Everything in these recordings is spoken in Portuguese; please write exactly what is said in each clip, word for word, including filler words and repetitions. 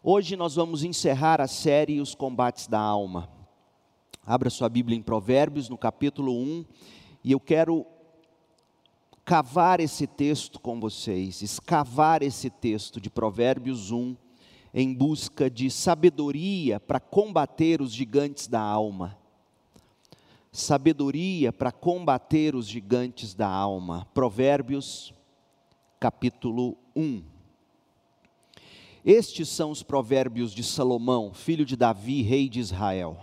Hoje nós vamos encerrar a série Os Combates da Alma. Abra sua Bíblia em Provérbios, no capítulo um, e eu quero cavar esse texto com vocês, escavar esse texto de Provérbios um, em busca de sabedoria para combater os gigantes da alma. Sabedoria para combater os gigantes da alma. Provérbios, capítulo um. Estes são os provérbios de Salomão, filho de Davi, rei de Israel.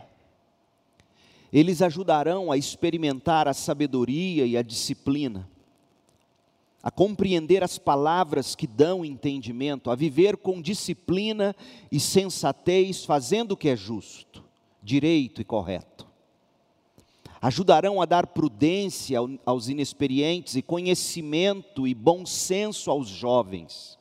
Eles ajudarão a experimentar a sabedoria e a disciplina, a compreender as palavras que dão entendimento, a viver com disciplina e sensatez, fazendo o que é justo, direito e correto. Ajudarão a dar prudência aos inexperientes e conhecimento e bom senso aos jovens.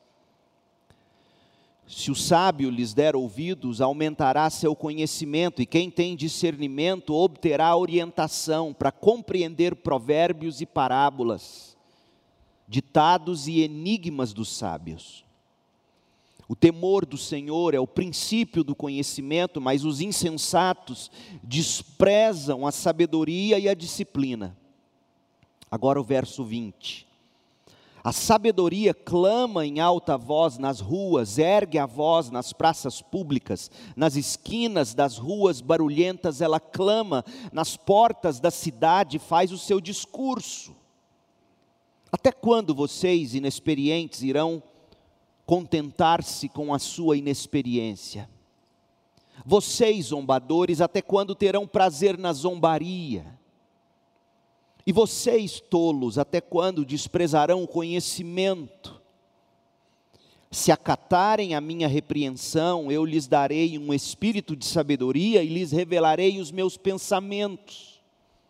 Se o sábio lhes der ouvidos, aumentará seu conhecimento, e quem tem discernimento obterá orientação para compreender provérbios e parábolas, ditados e enigmas dos sábios. O temor do Senhor é o princípio do conhecimento, mas os insensatos desprezam a sabedoria e a disciplina. Agora o verso vinte. A sabedoria clama em alta voz nas ruas, ergue a voz nas praças públicas, nas esquinas das ruas barulhentas ela clama, nas portas da cidade faz o seu discurso. Até quando vocês, inexperientes, irão contentar-se com a sua inexperiência? Vocês, zombadores, até quando terão prazer na zombaria? E vocês, tolos, até quando desprezarão o conhecimento? Se acatarem a minha repreensão, eu lhes darei um espírito de sabedoria e lhes revelarei os meus pensamentos.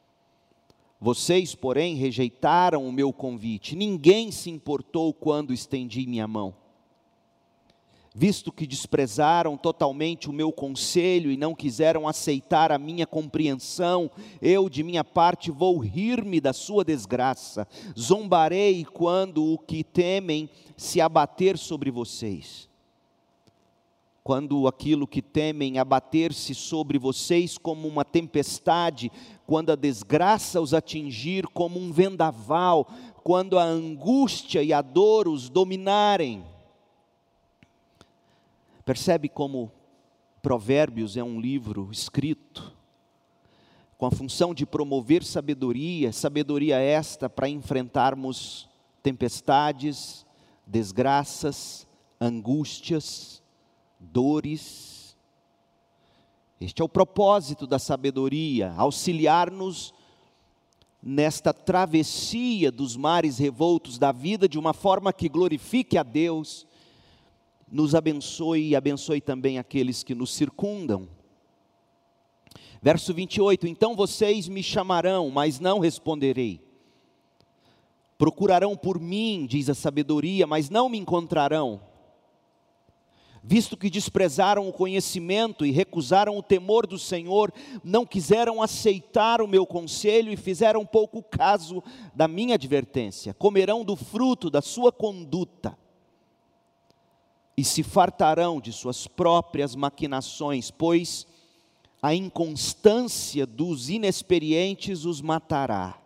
Vocês, porém, rejeitaram o meu convite. Ninguém se importou quando estendi minha mão. Visto que desprezaram totalmente o meu conselho e não quiseram aceitar a minha compreensão, eu de minha parte vou rir-me da sua desgraça, zombarei quando o que temem se abater sobre vocês. Quando aquilo que temem abater-se sobre vocês como uma tempestade, quando a desgraça os atingir como um vendaval, quando a angústia e a dor os dominarem. Percebe como Provérbios é um livro escrito com a função de promover sabedoria, sabedoria esta para enfrentarmos tempestades, desgraças, angústias, dores. Este é o propósito da sabedoria, auxiliar-nos nesta travessia dos mares revoltos da vida de uma forma que glorifique a Deus, nos abençoe e abençoe também aqueles que nos circundam. Verso vinte e oito, então vocês me chamarão, mas não responderei. Procurarão por mim, diz a sabedoria, mas não me encontrarão. Visto que desprezaram o conhecimento e recusaram o temor do Senhor, não quiseram aceitar o meu conselho e fizeram pouco caso da minha advertência, comerão do fruto da sua conduta e se fartarão de suas próprias maquinações, pois a inconstância dos inexperientes os matará,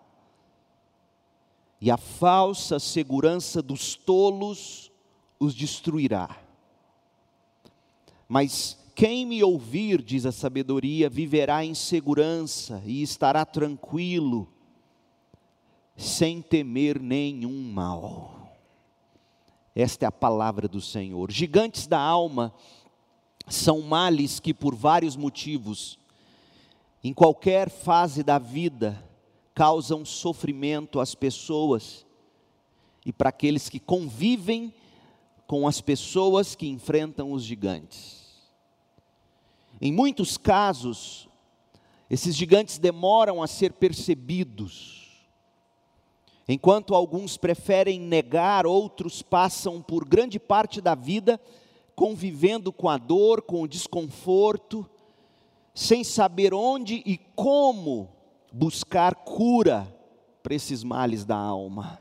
e a falsa segurança dos tolos os destruirá. Mas quem me ouvir, diz a sabedoria, viverá em segurança e estará tranquilo, sem temer nenhum mal. Esta é a palavra do Senhor. Gigantes da alma são males que por vários motivos, em qualquer fase da vida, causam sofrimento às pessoas e para aqueles que convivem com as pessoas que enfrentam os gigantes. Em muitos casos, esses gigantes demoram a ser percebidos. Enquanto alguns preferem negar, outros passam por grande parte da vida convivendo com a dor, com o desconforto, sem saber onde e como buscar cura para esses males da alma.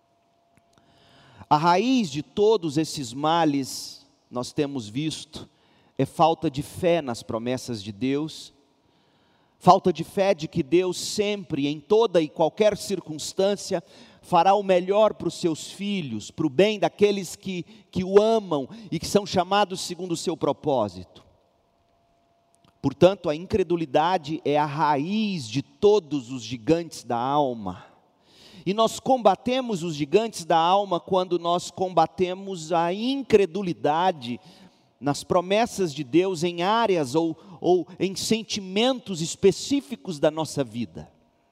A raiz de todos esses males, nós temos visto, é falta de fé nas promessas de Deus, falta de fé de que Deus sempre, em toda e qualquer circunstância, fará o melhor para os seus filhos, para o bem daqueles que, que o amam e que são chamados segundo o seu propósito. Portanto, a incredulidade é a raiz de todos os gigantes da alma. E nós combatemos os gigantes da alma quando nós combatemos a incredulidade nas promessas de Deus em áreas ou, ou em sentimentos específicos da nossa vida.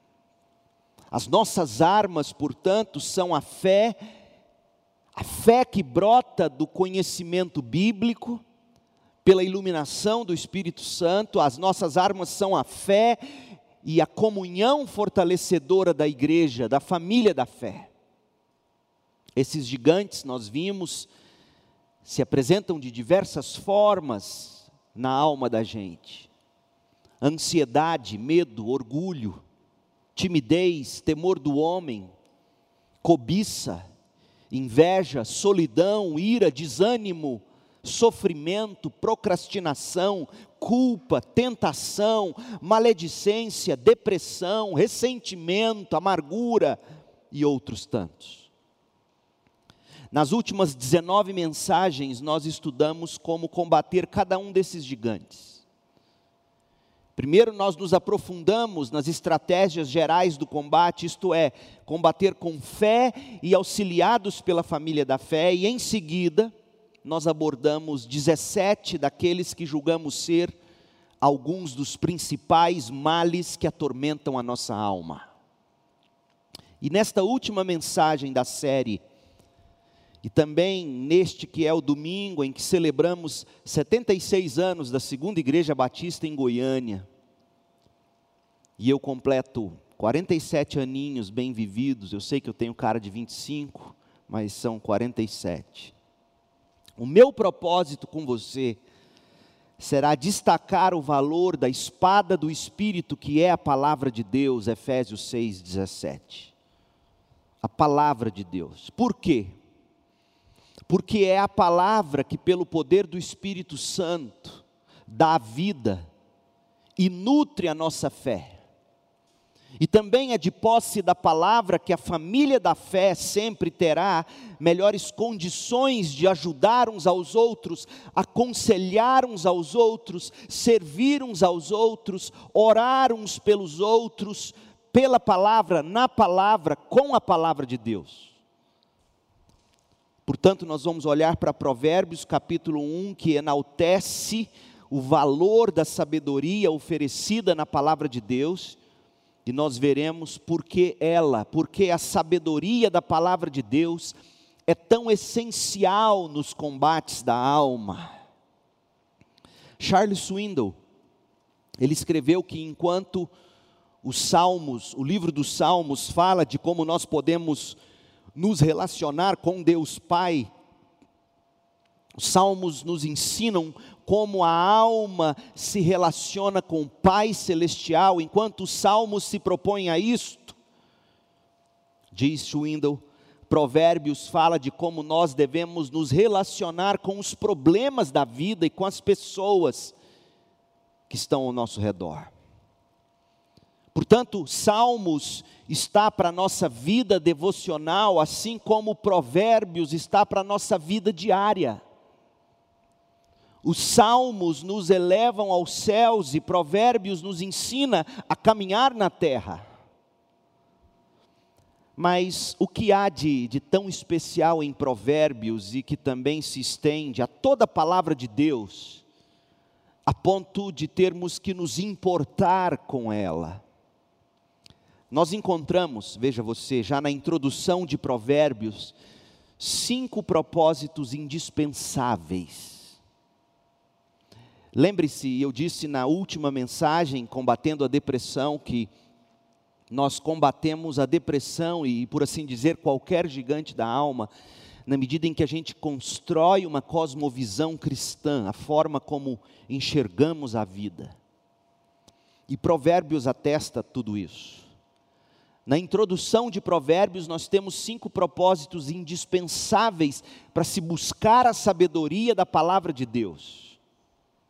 As nossas armas, portanto, são a fé, a fé que brota do conhecimento bíblico, pela iluminação do Espírito Santo. As nossas armas são a fé e a comunhão fortalecedora da igreja, da família da fé. Esses gigantes, nós vimos, se apresentam de diversas formas na alma da gente: ansiedade, medo, orgulho, timidez, temor do homem, cobiça, inveja, solidão, ira, desânimo, sofrimento, procrastinação, culpa, tentação, maledicência, depressão, ressentimento, amargura e outros tantos. Nas últimas dezenove mensagens, nós estudamos como combater cada um desses gigantes. Primeiro, nós nos aprofundamos nas estratégias gerais do combate, isto é, combater com fé e auxiliados pela família da fé, e em seguida, nós abordamos dezessete daqueles que julgamos ser alguns dos principais males que atormentam a nossa alma. E nesta última mensagem da série, e também neste que é o domingo em que celebramos setenta e seis anos da Segunda Igreja Batista em Goiânia, e eu completo quarenta e sete aninhos bem vividos. Eu sei que eu tenho cara de vinte e cinco, mas são quarenta e sete. O meu propósito com você será destacar o valor da espada do Espírito, que é a palavra de Deus, Efésios seis, dezessete. A palavra de Deus. Por quê? Porque é a palavra que, pelo poder do Espírito Santo, dá vida e nutre a nossa fé. E também é de posse da palavra que a família da fé sempre terá melhores condições de ajudar uns aos outros, aconselhar uns aos outros, servir uns aos outros, orar uns pelos outros, pela palavra, na palavra, com a palavra de Deus. Portanto, nós vamos olhar para Provérbios capítulo um, que enaltece o valor da sabedoria oferecida na palavra de Deus. E nós veremos por que ela, porque a sabedoria da palavra de Deus é tão essencial nos combates da alma. Charles Swindoll, ele escreveu que enquanto os Salmos, o livro dos Salmos fala de como nós podemos nos relacionar com Deus Pai, os Salmos nos ensinam como a alma se relaciona com o Pai Celestial. Enquanto os Salmos se propõem a isto, diz Swindoll, Provérbios fala de como nós devemos nos relacionar com os problemas da vida e com as pessoas que estão ao nosso redor. Portanto, Salmos está para a nossa vida devocional, assim como Provérbios está para a nossa vida diária. Os Salmos nos elevam aos céus e Provérbios nos ensina a caminhar na terra. Mas o que há de, de tão especial em Provérbios e que também se estende a toda a palavra de Deus, a ponto de termos que nos importar com ela? Nós encontramos, veja você, já na introdução de Provérbios, cinco propósitos indispensáveis. Lembre-se, eu disse na última mensagem, combatendo a depressão, que nós combatemos a depressão e, por assim dizer, qualquer gigante da alma, na medida em que a gente constrói uma cosmovisão cristã, a forma como enxergamos a vida. E Provérbios atesta tudo isso. Na introdução de Provérbios, nós temos cinco propósitos indispensáveis para se buscar a sabedoria da palavra de Deus.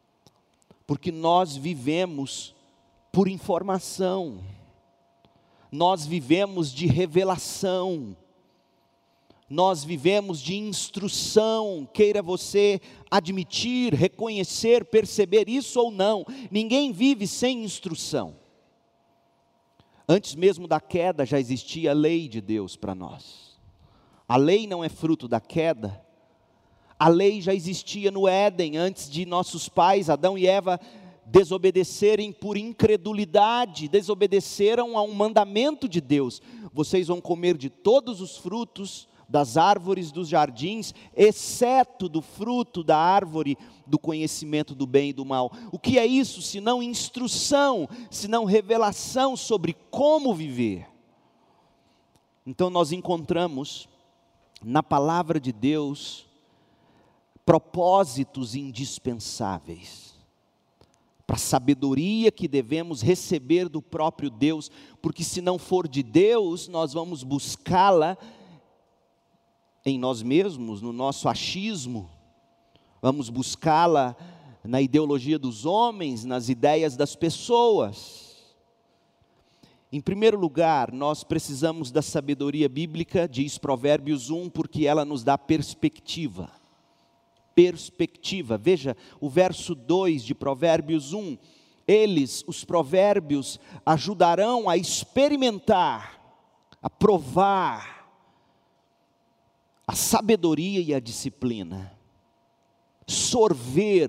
Porque nós vivemos por informação, nós vivemos de revelação, nós vivemos de instrução, queira você admitir, reconhecer, perceber isso ou não, ninguém vive sem instrução. Antes mesmo da queda já existia a lei de Deus para nós. A lei não é fruto da queda, a lei já existia no Éden, antes de nossos pais, Adão e Eva, desobedecerem por incredulidade, desobedeceram a um mandamento de Deus. Vocês vão comer de todos os frutos das árvores dos jardins, exceto do fruto da árvore do conhecimento do bem e do mal. O que é isso, senão instrução, senão revelação sobre como viver? Então nós encontramos na palavra de Deus propósitos indispensáveis para a sabedoria que devemos receber do próprio Deus, porque se não for de Deus, nós vamos buscá-la em nós mesmos, no nosso achismo, vamos buscá-la na ideologia dos homens, nas ideias das pessoas. Em primeiro lugar, nós precisamos da sabedoria bíblica, diz Provérbios um, porque ela nos dá perspectiva. Perspectiva, veja o verso dois de Provérbios um, eles, os provérbios, ajudarão a experimentar, a provar, a sabedoria e a disciplina, sorver,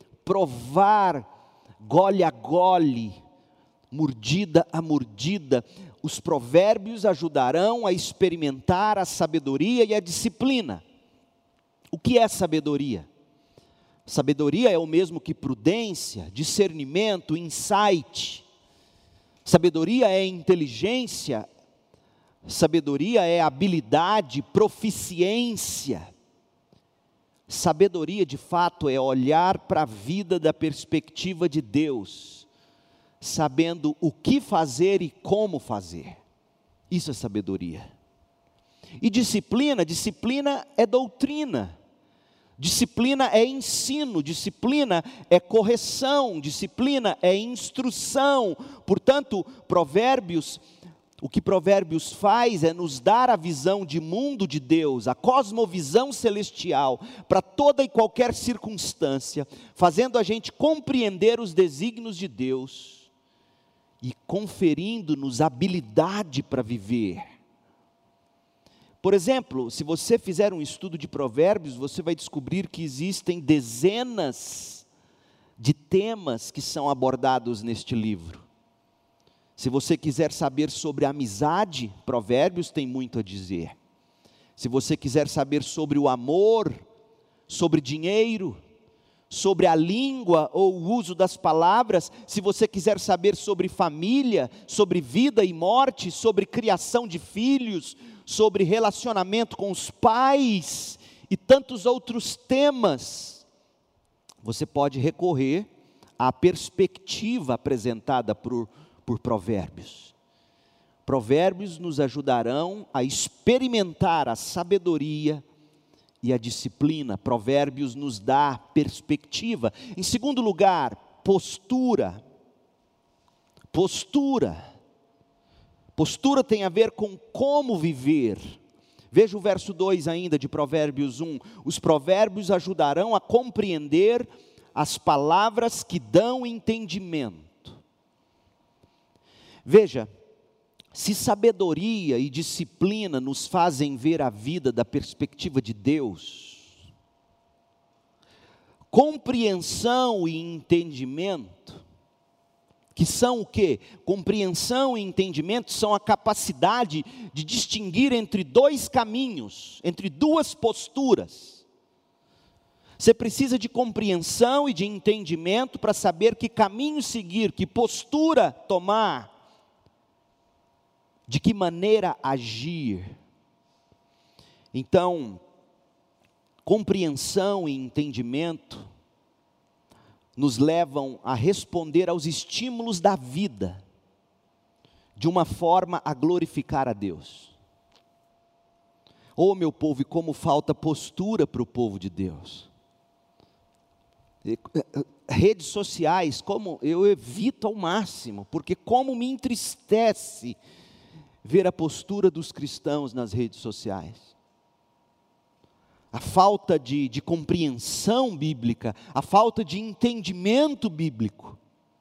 provar, gole a gole, mordida a mordida. Os provérbios ajudarão a experimentar a sabedoria e a disciplina. O que é sabedoria? Sabedoria é o mesmo que prudência, discernimento, insight. Sabedoria é inteligência. Sabedoria é habilidade, proficiência. Sabedoria, de fato, é olhar para a vida da perspectiva de Deus, sabendo o que fazer e como fazer. Isso é sabedoria. E disciplina, disciplina é doutrina. Disciplina é ensino, disciplina é correção, disciplina é instrução. Portanto, Provérbios, o que Provérbios faz é nos dar a visão de mundo de Deus, a cosmovisão celestial, para toda e qualquer circunstância, fazendo a gente compreender os desígnios de Deus e conferindo-nos habilidade para viver. Por exemplo, se você fizer um estudo de Provérbios, você vai descobrir que existem dezenas de temas que são abordados neste livro. Se você quiser saber sobre amizade, Provérbios tem muito a dizer. Se você quiser saber sobre o amor, sobre dinheiro, sobre a língua ou o uso das palavras, se você quiser saber sobre família, sobre vida e morte, sobre criação de filhos, sobre relacionamento com os pais e tantos outros temas, você pode recorrer à perspectiva apresentada por por Provérbios. Provérbios nos ajudarão a experimentar a sabedoria e a disciplina. Provérbios nos dá perspectiva. Em segundo lugar, postura. Postura. Postura tem a ver com como viver. Veja o verso dois ainda de Provérbios um. Os provérbios ajudarão a compreender as palavras que dão entendimento. Veja, se sabedoria e disciplina nos fazem ver a vida da perspectiva de Deus, compreensão e entendimento, que são o quê? Compreensão e entendimento são a capacidade de distinguir entre dois caminhos, entre duas posturas. Você precisa de compreensão e de entendimento para saber que caminho seguir, que postura tomar, de que maneira agir. Então, compreensão e entendimento nos levam a responder aos estímulos da vida, de uma forma a glorificar a Deus. Oh, meu povo, e como falta postura para o povo de Deus. Redes sociais, como eu evito ao máximo, porque como me entristece ver a postura dos cristãos nas redes sociais. A falta de, de compreensão bíblica, a falta de entendimento bíblico,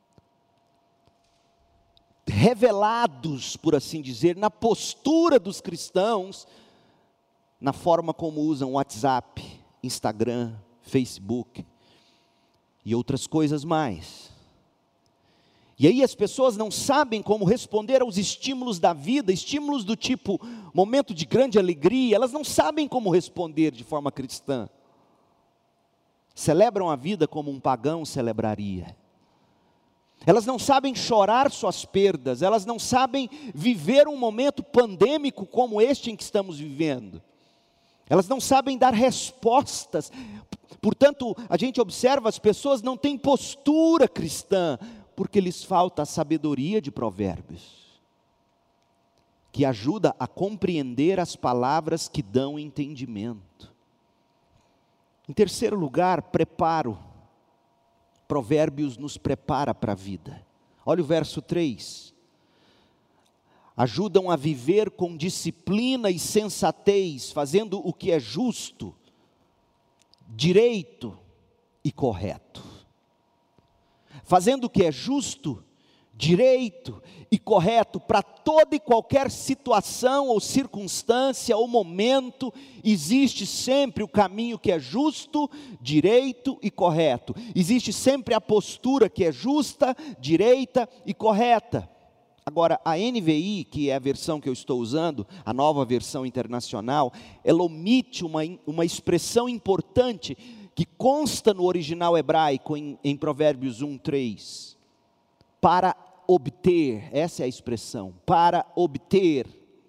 revelados, por assim dizer, na postura dos cristãos, na forma como usam WhatsApp, Instagram, Facebook e outras coisas mais. E aí as pessoas não sabem como responder aos estímulos da vida, estímulos do tipo momento de grande alegria, elas não sabem como responder de forma cristã. Celebram a vida como um pagão celebraria. Elas não sabem chorar suas perdas, elas não sabem viver um momento pandêmico como este em que estamos vivendo. Elas não sabem dar respostas. Portanto, a gente observa, as pessoas não têm postura cristã, porque lhes falta a sabedoria de Provérbios, que ajuda a compreender as palavras que dão entendimento. Em terceiro lugar, preparo. Provérbios nos prepara para a vida. Olha o verso três. Ajudam a viver com disciplina e sensatez, fazendo o que é justo, direito e correto. Fazendo o que é justo, direito e correto para toda e qualquer situação ou circunstância ou momento, existe sempre o caminho que é justo, direito e correto. Existe sempre a postura que é justa, direita e correta. Agora, a N V I, que é a versão que eu estou usando, a nova versão internacional, ela omite uma, uma expressão importante que consta no original hebraico, em, em Provérbios um, três. Para obter, essa é a expressão, para obter.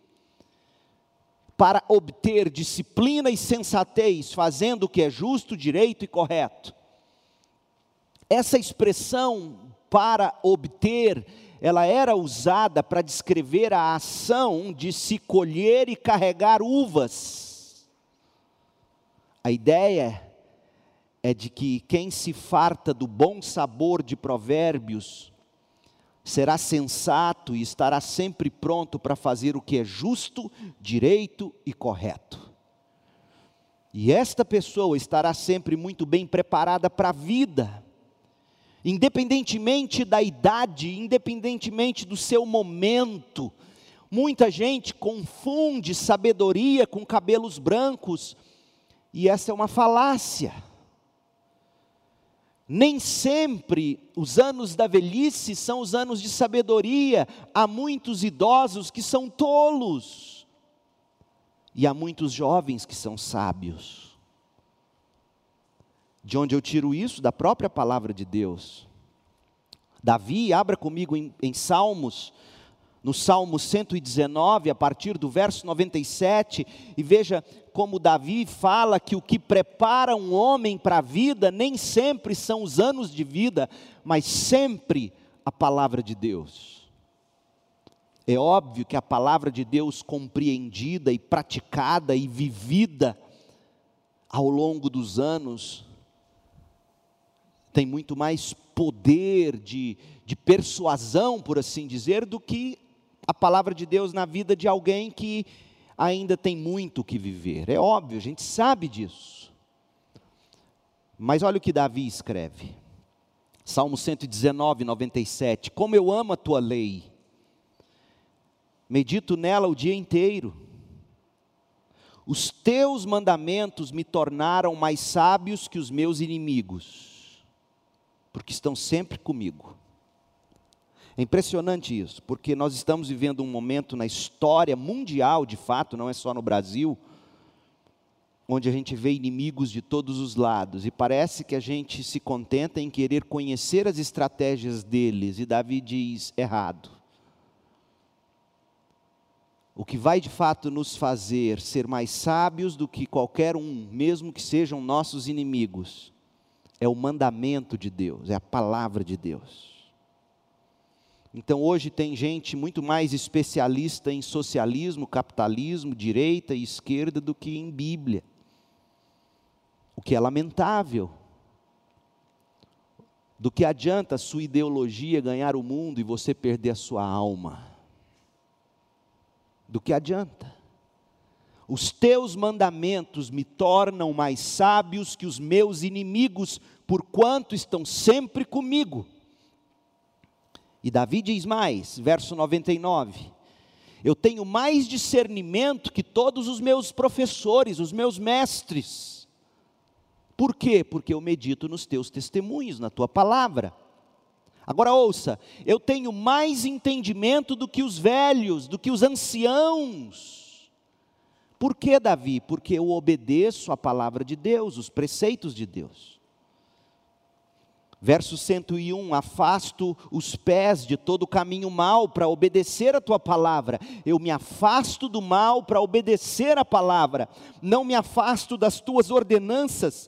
Para obter disciplina e sensatez, fazendo o que é justo, direito e correto. Essa expressão, para obter, ela era usada para descrever a ação de se colher e carregar uvas. A ideia é de que quem se farta do bom sabor de Provérbios será sensato e estará sempre pronto para fazer o que é justo, direito e correto. E esta pessoa estará sempre muito bem preparada para a vida, independentemente da idade, independentemente do seu momento. Muita gente confunde sabedoria com cabelos brancos, e essa é uma falácia. Nem sempre os anos da velhice são os anos de sabedoria. Há muitos idosos que são tolos, e há muitos jovens que são sábios. De onde eu tiro isso? Da própria palavra de Deus. Davi, abra comigo em, em Salmos, no Salmo cento e dezenove, a partir do verso noventa e sete, e veja como Davi fala que o que prepara um homem para a vida, nem sempre são os anos de vida, mas sempre a palavra de Deus. É óbvio que a palavra de Deus compreendida e praticada e vivida ao longo dos anos, tem muito mais poder de, de persuasão, por assim dizer, do que a palavra de Deus na vida de alguém que ainda tem muito o que viver. É óbvio, a gente sabe disso. Mas olha o que Davi escreve. Salmo cento e dezenove, noventa e sete. Como eu amo a tua lei, medito nela o dia inteiro. Os teus mandamentos me tornaram mais sábios que os meus inimigos, porque estão sempre comigo. É impressionante isso, porque nós estamos vivendo um momento na história mundial, de fato, não é só no Brasil, onde a gente vê inimigos de todos os lados, e parece que a gente se contenta em querer conhecer as estratégias deles, e Davi diz, errado. O que vai de fato nos fazer ser mais sábios do que qualquer um, mesmo que sejam nossos inimigos, é o mandamento de Deus, é a palavra de Deus. Então hoje tem gente muito mais especialista em socialismo, capitalismo, direita e esquerda do que em Bíblia. O que é lamentável. Do que adianta a sua ideologia ganhar o mundo e você perder a sua alma? Do que adianta? Os teus mandamentos me tornam mais sábios que os meus inimigos, porquanto estão sempre comigo. E Davi diz mais, verso noventa e nove, eu tenho mais discernimento que todos os meus professores, os meus mestres. Por quê? Porque eu medito nos teus testemunhos, na tua palavra. Agora ouça, eu tenho mais entendimento do que os velhos, do que os anciãos. Por que, Davi? Porque eu obedeço a palavra de Deus, os preceitos de Deus. Verso cento e um, afasto os pés de todo caminho mau para obedecer a tua palavra. Eu me afasto do mal para obedecer a palavra. Não me afasto das tuas ordenanças,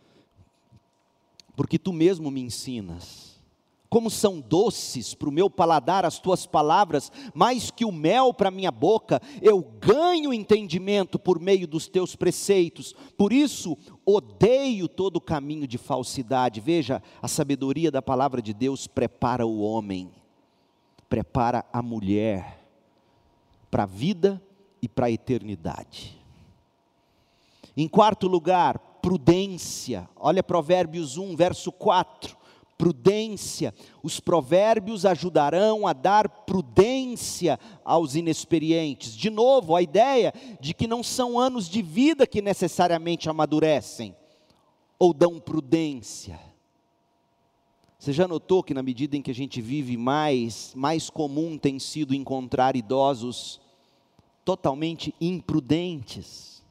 porque tu mesmo me ensinas. Como são doces para o meu paladar as tuas palavras, mais que o mel para a minha boca, eu ganho entendimento por meio dos teus preceitos. Por isso, odeio todo caminho de falsidade. Veja, a sabedoria da palavra de Deus prepara o homem, prepara a mulher, para a vida e para a eternidade. Em quarto lugar, prudência. Olha Provérbios um, verso quatro. Prudência, os provérbios ajudarão a dar prudência aos inexperientes. De novo, a ideia de que não são anos de vida que necessariamente amadurecem, ou dão prudência. Você já notou que na medida em que a gente vive mais, mais comum tem sido encontrar idosos totalmente imprudentes?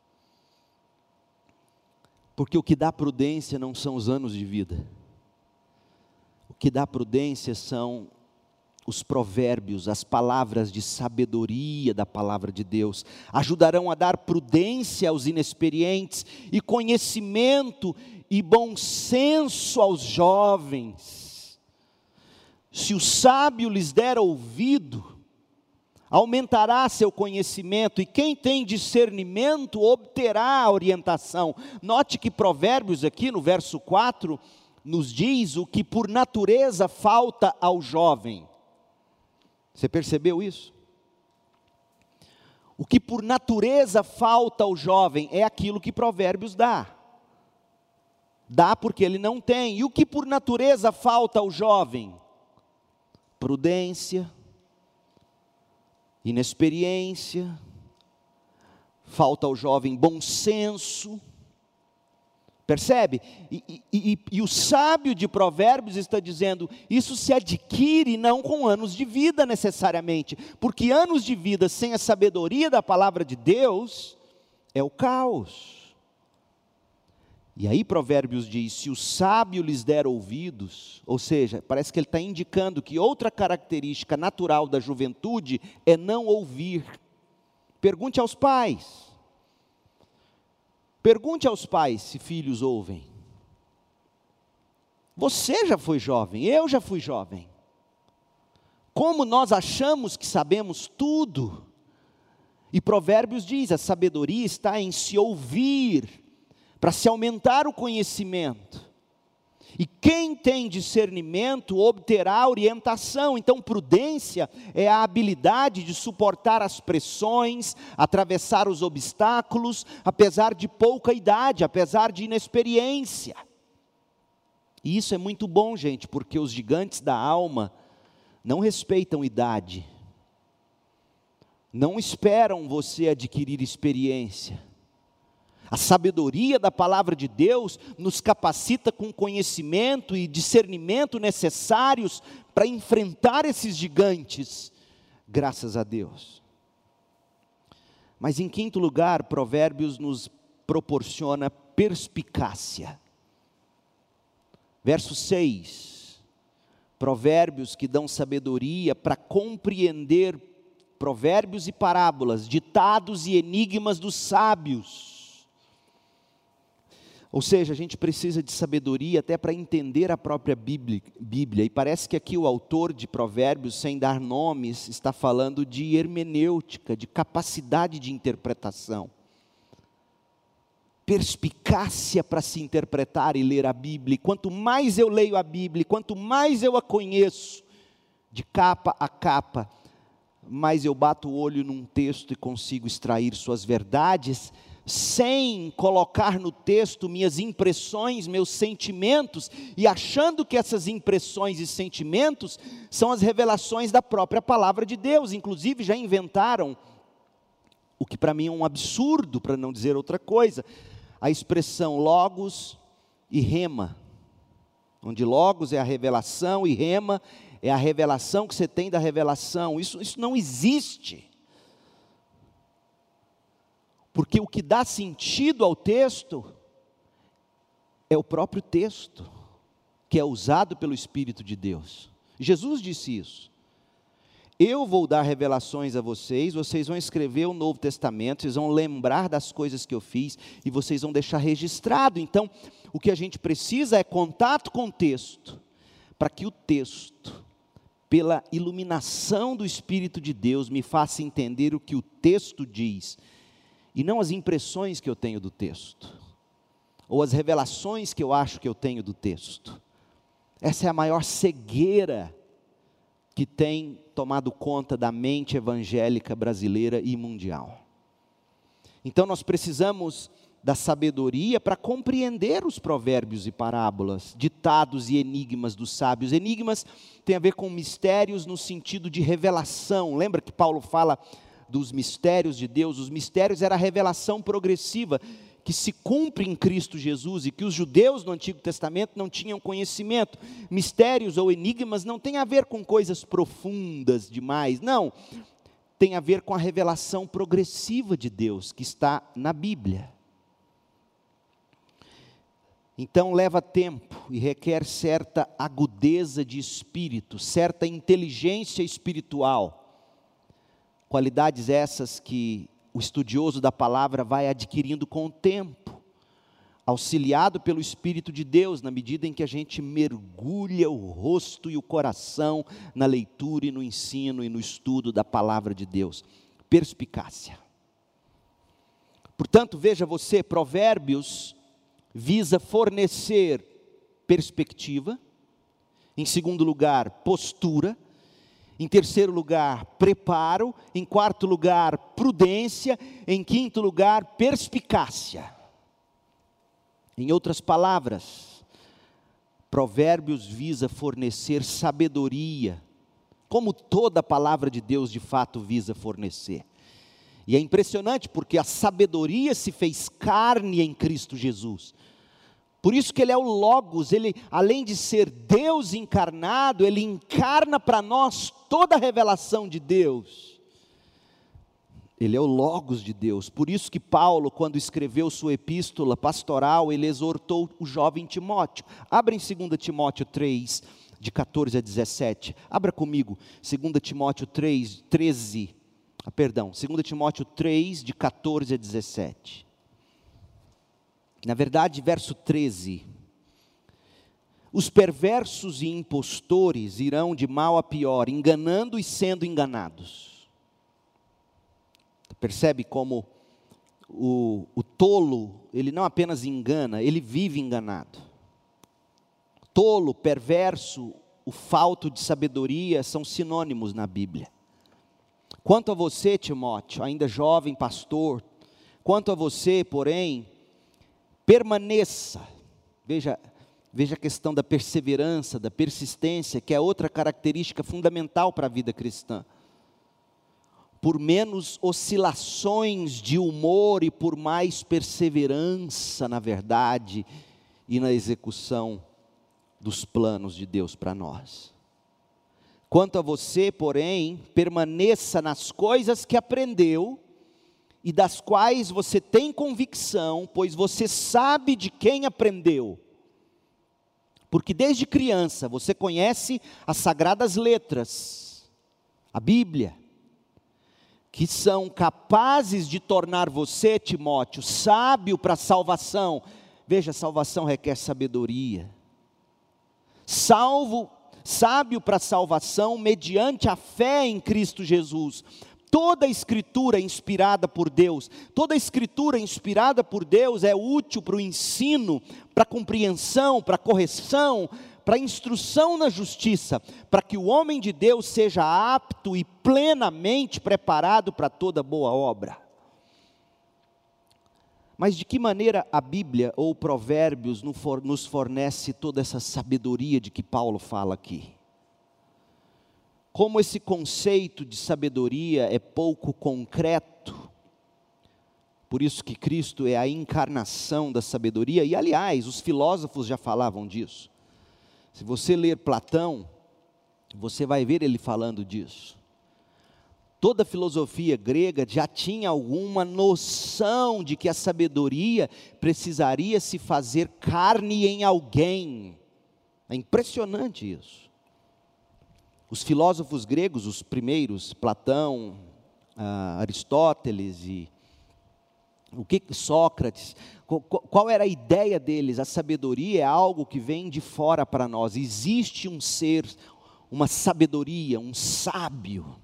Porque o que dá prudência não são os anos de vida. O que dá prudência são os provérbios, as palavras de sabedoria da palavra de Deus. Ajudarão a dar prudência aos inexperientes e conhecimento e bom senso aos jovens. Se o sábio lhes der ouvido, aumentará seu conhecimento, e quem tem discernimento obterá a orientação. Note que Provérbios aqui no verso quatro, nos diz o que por natureza falta ao jovem. Você percebeu isso? O que por natureza falta ao jovem é aquilo que Provérbios dá. Dá porque ele não tem. E o que por natureza falta ao jovem? Prudência, inexperiência, falta ao jovem bom senso. Percebe? E, e, e, e o sábio de Provérbios está dizendo, isso se adquire não com anos de vida necessariamente, porque anos de vida sem a sabedoria da palavra de Deus, é o caos. E aí Provérbios diz, se o sábio lhes der ouvidos, ou seja, parece que ele está indicando que outra característica natural da juventude é não ouvir. Pergunte aos pais. Pergunte aos pais se filhos ouvem. Você já foi jovem, eu já fui jovem. Como nós achamos que sabemos tudo. E Provérbios diz, a sabedoria está em se ouvir, para se aumentar o conhecimento. E quem tem discernimento obterá orientação. Então prudência é a habilidade de suportar as pressões, atravessar os obstáculos, apesar de pouca idade, apesar de inexperiência. E isso é muito bom, gente, porque os gigantes da alma não respeitam idade, não esperam você adquirir experiência. A sabedoria da palavra de Deus nos capacita com conhecimento e discernimento necessários para enfrentar esses gigantes, graças a Deus. Mas em quinto lugar, Provérbios nos proporciona perspicácia. Verso seis, provérbios que dão sabedoria para compreender provérbios e parábolas, ditados e enigmas dos sábios. Ou seja, a gente precisa de sabedoria até para entender a própria Bíblia, e parece que aqui o autor de Provérbios, sem dar nomes, está falando de hermenêutica, de capacidade de interpretação. perspicácia para se interpretar e ler a Bíblia. E quanto mais eu leio a Bíblia, quanto mais eu a conheço, de capa a capa, mais eu bato o olho num texto e consigo extrair suas verdades, sem colocar no texto minhas impressões, meus sentimentos, e achando que essas impressões e sentimentos são as revelações da própria palavra de Deus. Inclusive já inventaram, o que para mim é um absurdo, para não dizer outra coisa, a expressão logos e rema, onde logos é a revelação e rema é a revelação que você tem da revelação. Isso, isso não existe. Porque o que dá sentido ao texto é o próprio texto, que é usado pelo Espírito de Deus. Jesus disse isso. Eu vou dar revelações a vocês, vocês vão escrever o Novo Testamento, vocês vão lembrar das coisas que eu fiz, e vocês vão deixar registrado. Então, o que a gente precisa é contato com o texto, para que o texto, pela iluminação do Espírito de Deus, me faça entender o que o texto diz, e não as impressões que eu tenho do texto, ou as revelações que eu acho que eu tenho do texto. Essa é a maior cegueira que tem tomado conta da mente evangélica brasileira e mundial. Então nós precisamos da sabedoria para compreender os provérbios e parábolas, ditados e enigmas dos sábios. Enigmas tem a ver com mistérios no sentido de revelação. Lembra que Paulo fala dos mistérios de Deus? Os mistérios era a revelação progressiva, que se cumpre em Cristo Jesus, e que os judeus no Antigo Testamento não tinham conhecimento. Mistérios ou enigmas não tem a ver com coisas profundas demais, não. Tem a ver com a revelação progressiva de Deus, que está na Bíblia. Então leva tempo e requer certa agudeza de espírito, certa inteligência espiritual. Qualidades essas que o estudioso da palavra vai adquirindo com o tempo, auxiliado pelo Espírito de Deus, na medida em que a gente mergulha o rosto e o coração na leitura e no ensino e no estudo da palavra de Deus. Perspicácia. Portanto, veja você, Provérbios visa fornecer perspectiva, em segundo lugar, postura, em terceiro lugar, preparo, em quarto lugar, prudência, em quinto lugar, perspicácia. Em outras palavras, Provérbios visa fornecer sabedoria, como toda a palavra de Deus de fato visa fornecer. E é impressionante porque a sabedoria se fez carne em Cristo Jesus. Por isso que ele é o Logos, ele, além de ser Deus encarnado, ele encarna para nós toda a revelação de Deus. Ele é o Logos de Deus. Por isso que Paulo, quando escreveu sua epístola pastoral, ele exortou o jovem Timóteo. Abra em dois Timóteo três, de catorze a dezessete. Abra comigo, dois Timóteo três, treze. Ah, perdão, dois Timóteo três, de catorze a dezessete. Na verdade, verso treze. Os perversos e impostores irão de mal a pior, enganando e sendo enganados. Percebe como o, o tolo, ele não apenas engana, ele vive enganado. Tolo, perverso, o falto de sabedoria são sinônimos na Bíblia. Quanto a você, Timóteo, ainda jovem pastor, quanto a você, porém, permaneça, veja, veja a questão da perseverança, da persistência, que é outra característica fundamental para a vida cristã. Por menos oscilações de humor e por mais perseverança na verdade e na execução dos planos de Deus para nós. Quanto a você, porém, permaneça nas coisas que aprendeu e das quais você tem convicção, pois você sabe de quem aprendeu. Porque desde criança você conhece as sagradas letras, a Bíblia, que são capazes de tornar você, Timóteo, sábio para a salvação. Veja, a salvação requer sabedoria. Salvo, sábio para a salvação mediante a fé em Cristo Jesus. Toda a escritura é inspirada por Deus, toda a escritura inspirada por Deus é útil para o ensino, para a compreensão, para a correção, para a instrução na justiça, para que o homem de Deus seja apto e plenamente preparado para toda boa obra. Mas de que maneira a Bíblia ou Provérbios nos fornece toda essa sabedoria de que Paulo fala aqui? Como esse conceito de sabedoria é pouco concreto, por isso que Cristo é a encarnação da sabedoria, e aliás, os filósofos já falavam disso. Se você ler Platão, você vai ver ele falando disso. Toda a filosofia grega já tinha alguma noção de que a sabedoria precisaria se fazer carne em alguém. É impressionante isso. Os filósofos gregos, os primeiros, Platão, ah, Aristóteles e o que Sócrates, qual, qual era a ideia deles? A sabedoria é algo que vem de fora para nós. Existe um ser, uma sabedoria, um sábio.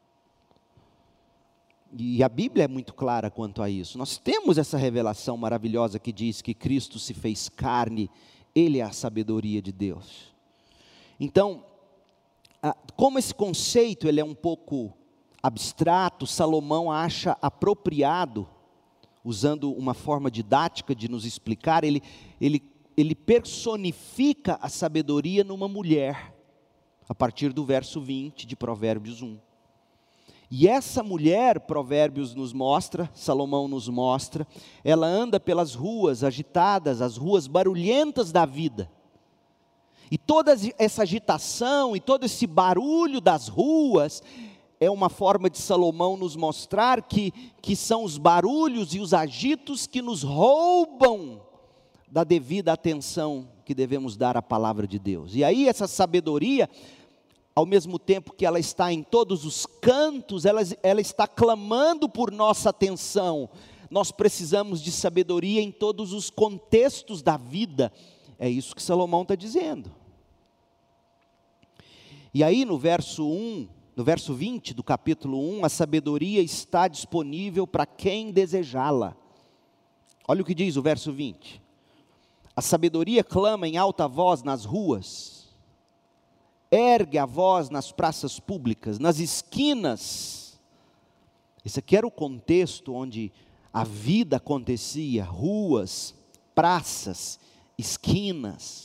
E a Bíblia é muito clara quanto a isso. Nós temos essa revelação maravilhosa que diz que Cristo se fez carne, Ele é a sabedoria de Deus. Então, como esse conceito ele é um pouco abstrato, Salomão acha apropriado, usando uma forma didática de nos explicar, ele, ele, ele personifica a sabedoria numa mulher, a partir do verso vinte de Provérbios um. E essa mulher, Provérbios nos mostra, Salomão nos mostra, ela anda pelas ruas agitadas, as ruas barulhentas da vida. E toda essa agitação e todo esse barulho das ruas é uma forma de Salomão nos mostrar que, que são os barulhos e os agitos que nos roubam da devida atenção que devemos dar à palavra de Deus. E aí essa sabedoria, ao mesmo tempo que ela está em todos os cantos, ela, ela está clamando por nossa atenção. Nós precisamos de sabedoria em todos os contextos da vida. É isso que Salomão está dizendo. E aí no verso um, no verso vinte do capítulo um, a sabedoria está disponível para quem desejá-la. Olha o que diz o verso vinte. A sabedoria clama em alta voz nas ruas, ergue a voz nas praças públicas, nas esquinas. Esse aqui era o contexto onde a vida acontecia, ruas, praças, esquinas.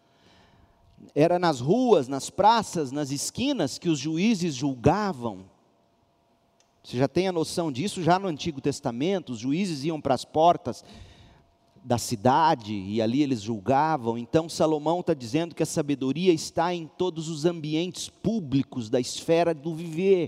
Era nas ruas, nas praças, nas esquinas que os juízes julgavam. Você já tem a noção disso? Já no Antigo Testamento, os juízes iam para as portas da cidade e ali eles julgavam. Então Salomão está dizendo que a sabedoria está em todos os ambientes públicos da esfera do viver.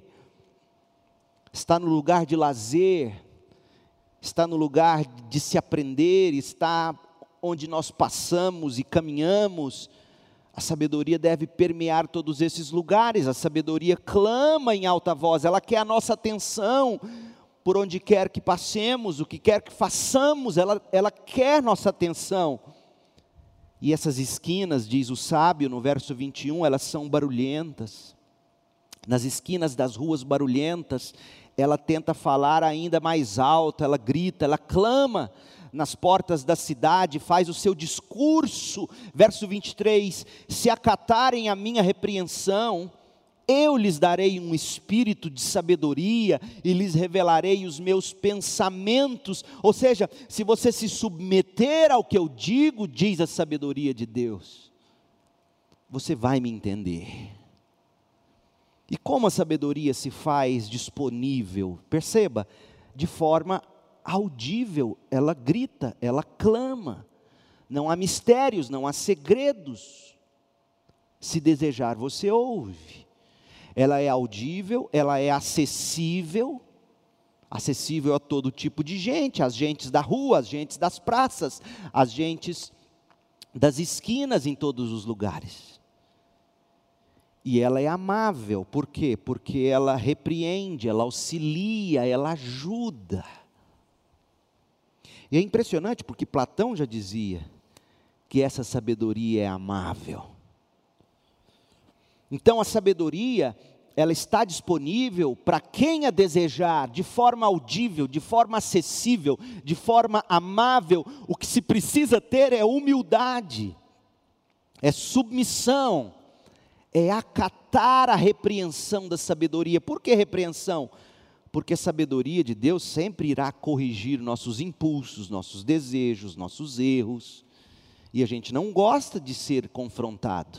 Está no lugar de lazer, está no lugar de se aprender, está onde nós passamos e caminhamos. A sabedoria deve permear todos esses lugares. A sabedoria clama em alta voz, ela quer a nossa atenção, por onde quer que passemos, o que quer que façamos, ela, ela quer nossa atenção. E essas esquinas, diz o sábio no verso vinte e um, elas são barulhentas. Nas esquinas das ruas barulhentas, ela tenta falar ainda mais alto, ela grita, ela clama. Nas portas da cidade, faz o seu discurso, verso vinte e três, se acatarem a minha repreensão, eu lhes darei um espírito de sabedoria, e lhes revelarei os meus pensamentos, ou seja, se você se submeter ao que eu digo, diz a sabedoria de Deus, você vai me entender. E como a sabedoria se faz disponível? Perceba, de forma audível, ela grita, ela clama, não há mistérios, não há segredos, se desejar você ouve, ela é audível, ela é acessível, acessível a todo tipo de gente, as gentes da rua, as gentes das praças, as gentes das esquinas em todos os lugares, e ela é amável, por quê? Porque ela repreende, ela auxilia, ela ajuda. E é impressionante porque Platão já dizia que essa sabedoria é amável. Então a sabedoria, ela está disponível para quem a desejar, de forma audível, de forma acessível, de forma amável. O que se precisa ter é humildade, é submissão, é acatar a repreensão da sabedoria. Por que repreensão? Porque a sabedoria de Deus sempre irá corrigir nossos impulsos, nossos desejos, nossos erros, e a gente não gosta de ser confrontado.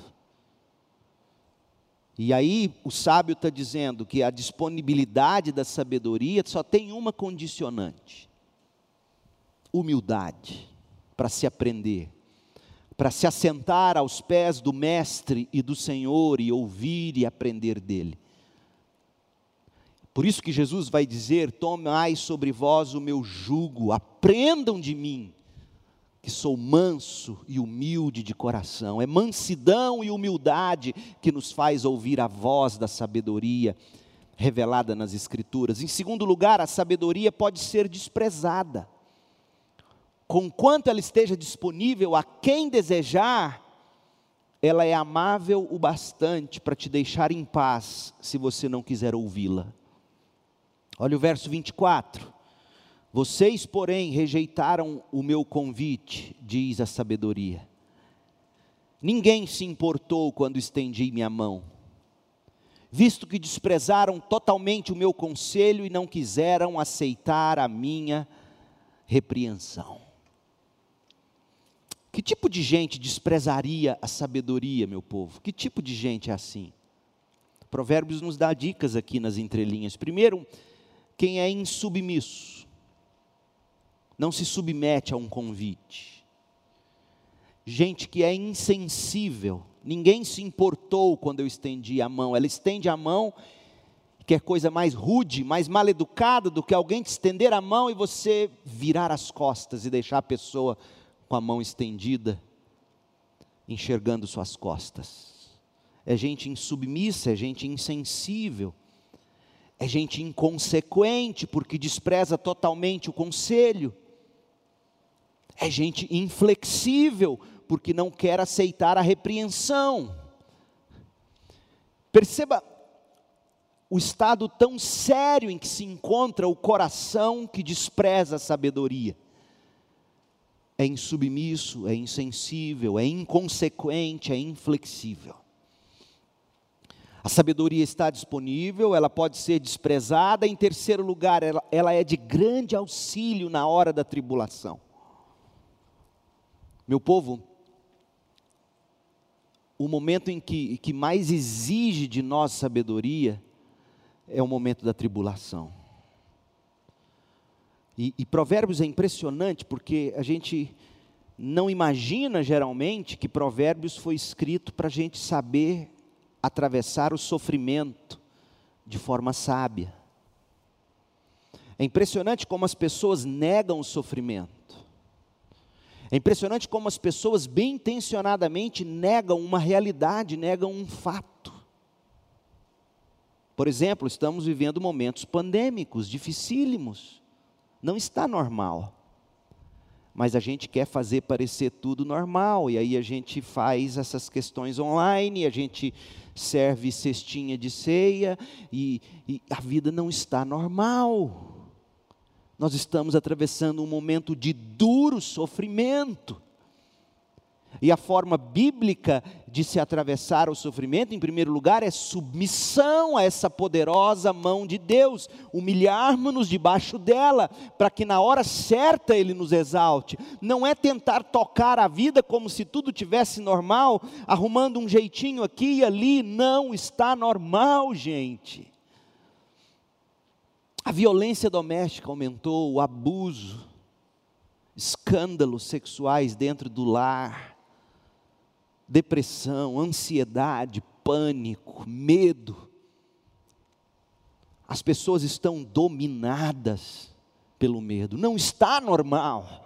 E aí o sábio está dizendo que a disponibilidade da sabedoria só tem uma condicionante: humildade, para se aprender, para se assentar aos pés do mestre e do Senhor e ouvir e aprender dele. Por isso que Jesus vai dizer: tomai sobre vós o meu jugo, aprendam de mim, que sou manso e humilde de coração. É mansidão e humildade que nos faz ouvir a voz da sabedoria revelada nas Escrituras. Em segundo lugar, a sabedoria pode ser desprezada. Conquanto ela esteja disponível a quem desejar, ela é amável o bastante para te deixar em paz, se você não quiser ouvi-la. Olha o verso vinte e quatro. Vocês, porém, rejeitaram o meu convite, diz a sabedoria. Ninguém se importou quando estendi minha mão, visto que desprezaram totalmente o meu conselho e não quiseram aceitar a minha repreensão. Que tipo de gente desprezaria a sabedoria, meu povo? Que tipo de gente é assim? Provérbios nos dá dicas aqui nas entrelinhas. Primeiro, quem é insubmisso, não se submete a um convite. Gente que é insensível, ninguém se importou quando eu estendi a mão. Ela estende a mão, que é coisa mais rude, mais mal educada do que alguém te estender a mão e você virar as costas e deixar a pessoa com a mão estendida, enxergando suas costas. É gente insubmissa, é gente insensível, é gente inconsequente, porque despreza totalmente o conselho. É gente inflexível, porque não quer aceitar a repreensão. Perceba o estado tão sério em que se encontra o coração que despreza a sabedoria. É insubmisso, é insensível, é inconsequente, é inflexível. A sabedoria está disponível, ela pode ser desprezada. Em terceiro lugar, ela, ela é de grande auxílio na hora da tribulação. Meu povo, o momento em que, que mais exige de nós sabedoria é o momento da tribulação. E, e Provérbios é impressionante porque a gente não imagina geralmente que Provérbios foi escrito para a gente saber atravessar o sofrimento de forma sábia. É impressionante como as pessoas negam o sofrimento. É impressionante como as pessoas bem intencionadamente negam uma realidade, negam um fato. Por exemplo, estamos vivendo momentos pandêmicos, dificílimos. Não está normal. Mas a gente quer fazer parecer tudo normal, e aí a gente faz essas questões online, a gente serve cestinha de ceia, e, e a vida não está normal. Nós estamos atravessando um momento de duro sofrimento. E a forma bíblica de se atravessar o sofrimento, em primeiro lugar, é submissão a essa poderosa mão de Deus, humilharmos-nos debaixo dela, para que na hora certa Ele nos exalte. Não é tentar tocar a vida como se tudo tivesse normal, arrumando um jeitinho aqui e ali. Não está normal, gente. A violência doméstica aumentou, o abuso, escândalos sexuais dentro do lar, depressão, ansiedade, pânico, medo. As pessoas estão dominadas pelo medo. Não está normal.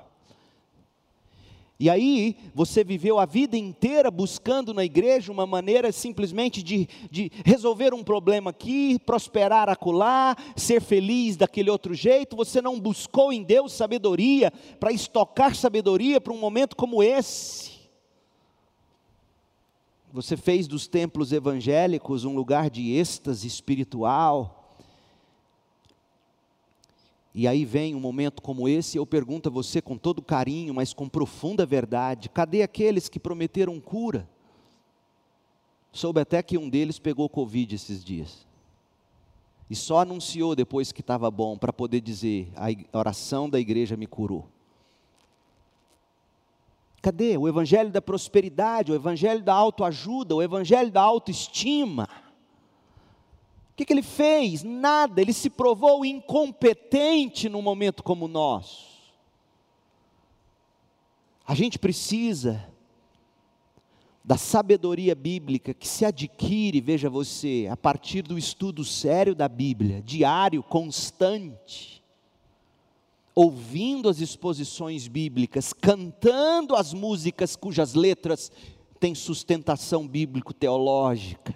E aí, você viveu a vida inteira buscando na igreja uma maneira simplesmente de, de resolver um problema aqui, prosperar acolá, ser feliz daquele outro jeito. Você não buscou em Deus sabedoria, para estocar sabedoria para um momento como esse. Você fez dos templos evangélicos um lugar de êxtase espiritual. E aí vem um momento como esse, eu pergunto a você com todo carinho, mas com profunda verdade: cadê aqueles que prometeram cura? Soube até que um deles pegou Covid esses dias. E só anunciou depois que estava bom, para poder dizer: a oração da igreja me curou. Cadê o evangelho da prosperidade, o evangelho da autoajuda, o evangelho da autoestima? O que, que ele fez? Nada, ele se provou incompetente num momento como o nosso. A gente precisa da sabedoria bíblica que se adquire, veja você, a partir do estudo sério da Bíblia, diário, constante, ouvindo as exposições bíblicas, cantando as músicas cujas letras têm sustentação bíblico-teológica.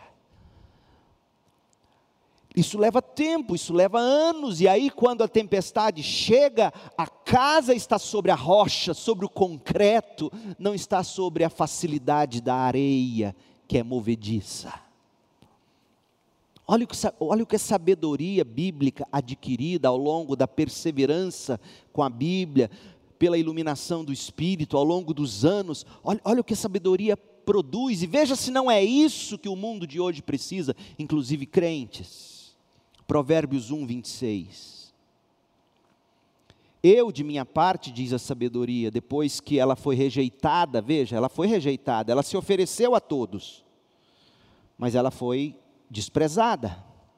Isso leva tempo, isso leva anos, e aí quando a tempestade chega, a casa está sobre a rocha, sobre o concreto, não está sobre a facilidade da areia, que é movediça. Olha o que, olha o que é sabedoria bíblica adquirida ao longo da perseverança com a Bíblia, pela iluminação do Espírito, ao longo dos anos. Olha, olha o que a sabedoria produz, e veja se não é isso que o mundo de hoje precisa, inclusive crentes. Provérbios um, vinte e seis. Eu, de minha parte, diz a sabedoria, depois que ela foi rejeitada, veja, ela foi rejeitada, ela se ofereceu a todos, mas ela foi desprezada.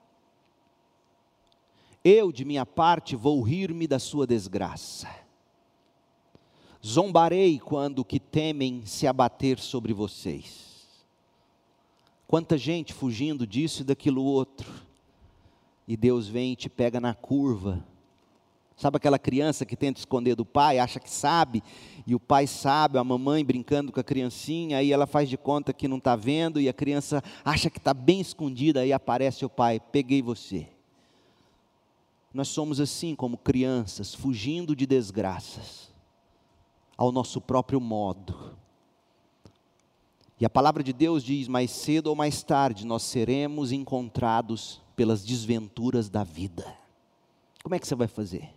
Eu, de minha parte, vou rir-me da sua desgraça. Zombarei quando o que temem se abater sobre vocês. Quanta gente fugindo disso e daquilo outro. E Deus vem e te pega na curva. Sabe aquela criança que tenta esconder do pai, acha que sabe, e o pai sabe, a mamãe brincando com a criancinha, aí ela faz de conta que não está vendo, e a criança acha que está bem escondida, aí aparece o pai: peguei você. Nós somos assim como crianças, fugindo de desgraças, ao nosso próprio modo. E a palavra de Deus diz: mais cedo ou mais tarde nós seremos encontrados pelas desventuras da vida. Como é que você vai fazer?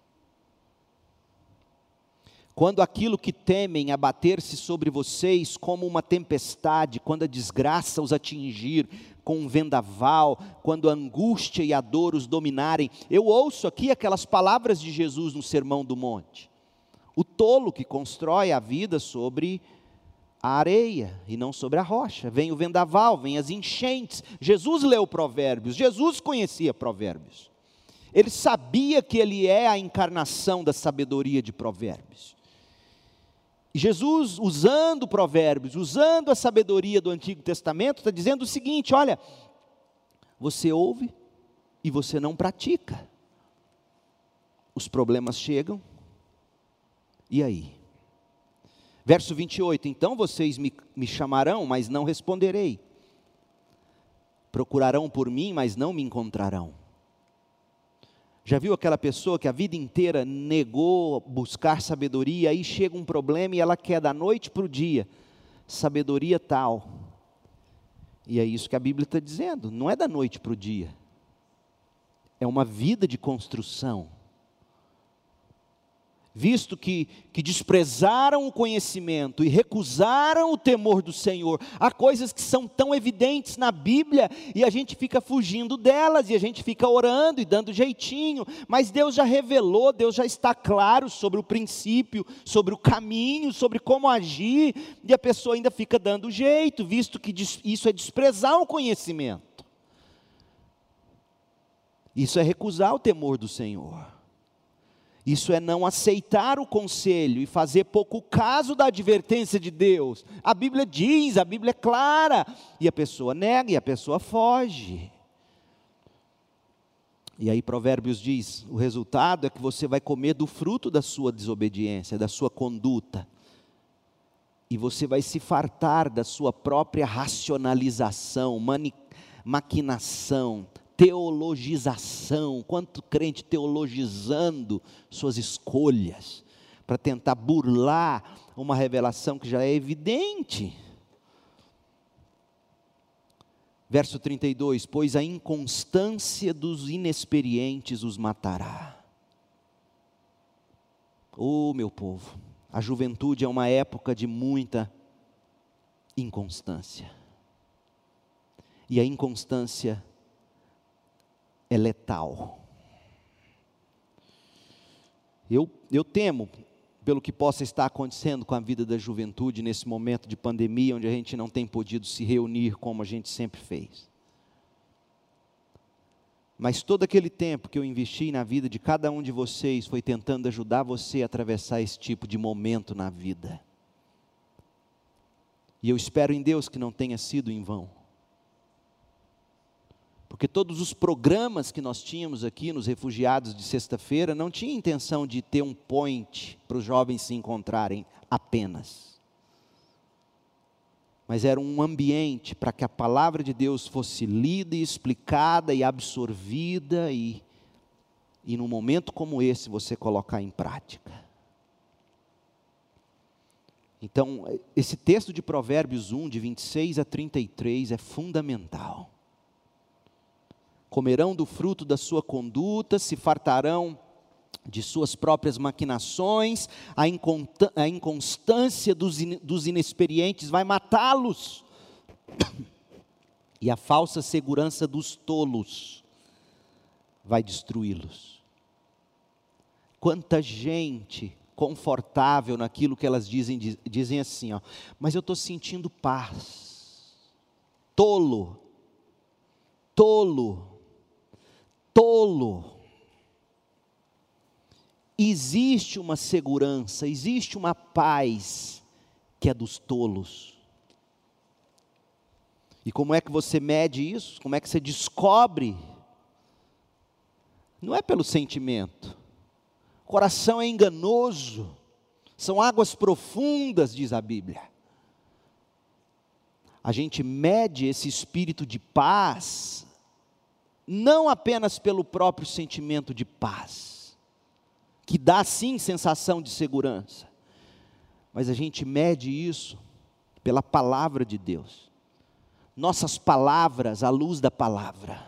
Quando aquilo que temem abater-se sobre vocês como uma tempestade, quando a desgraça os atingir com um vendaval, quando a angústia e a dor os dominarem, eu ouço aqui aquelas palavras de Jesus no Sermão do Monte: o tolo que constrói a vida sobre a areia e não sobre a rocha. Vem o vendaval, vem as enchentes. Jesus leu Provérbios, Jesus conhecia Provérbios. Ele sabia que ele é a encarnação da sabedoria de Provérbios. E Jesus, usando Provérbios, usando a sabedoria do Antigo Testamento, está dizendo o seguinte: olha, você ouve e você não pratica. Os problemas chegam, e aí? Verso vinte e oito, então vocês me, me chamarão, mas não responderei. Procurarão por mim, mas não me encontrarão. Já viu aquela pessoa que a vida inteira negou buscar sabedoria, aí chega um problema e ela quer da noite para o dia, sabedoria tal. E é isso que a Bíblia está dizendo, não é da noite para o dia. É uma vida de construção. Visto que, que desprezaram o conhecimento e recusaram o temor do Senhor, há coisas que são tão evidentes na Bíblia, e a gente fica fugindo delas, e a gente fica orando e dando jeitinho, mas Deus já revelou, Deus já está claro sobre o princípio, sobre o caminho, sobre como agir, e a pessoa ainda fica dando jeito, visto que isso é desprezar o conhecimento, isso é recusar o temor do Senhor. Isso é não aceitar o conselho e fazer pouco caso da advertência de Deus. A Bíblia diz, a Bíblia é clara, e a pessoa nega e a pessoa foge. E aí Provérbios diz, o resultado é que você vai comer do fruto da sua desobediência, da sua conduta. E você vai se fartar da sua própria racionalização, mani, maquinação, teologização. Quanto crente teologizando suas escolhas, para tentar burlar uma revelação que já é evidente. Verso trinta e dois, pois a inconstância dos inexperientes os matará. Oh, meu povo, a juventude é uma época de muita inconstância. E a inconstância é letal. Eu, eu temo, pelo que possa estar acontecendo com a vida da juventude nesse momento de pandemia, onde a gente não tem podido se reunir como a gente sempre fez. Mas todo aquele tempo que eu investi na vida de cada um de vocês foi tentando ajudar você a atravessar esse tipo de momento na vida. E eu espero em Deus que não tenha sido em vão. Porque todos os programas que nós tínhamos aqui nos refugiados de sexta-feira não tinha intenção de ter um point para os jovens se encontrarem apenas. Mas era um ambiente para que a palavra de Deus fosse lida e explicada e absorvida e, e num momento como esse você colocar em prática. Então, esse texto de Provérbios um, de vinte e seis a trinta e três é fundamental. Comerão do fruto da sua conduta, se fartarão de suas próprias maquinações, a, inconta, a inconstância dos, in, dos inexperientes vai matá-los, e a falsa segurança dos tolos vai destruí-los. Quanta gente confortável naquilo que elas dizem, dizem assim, ó, mas eu estou sentindo paz. Tolo, tolo, tolo. Existe uma segurança, existe uma paz que é dos tolos. E como é que você mede isso? Como é que você descobre? Não é pelo sentimento. O coração é enganoso. São águas profundas, diz a Bíblia. A gente mede esse espírito de paz não apenas pelo próprio sentimento de paz, que dá sim sensação de segurança, mas a gente mede isso pela palavra de Deus. Nossas palavras, à luz da palavra.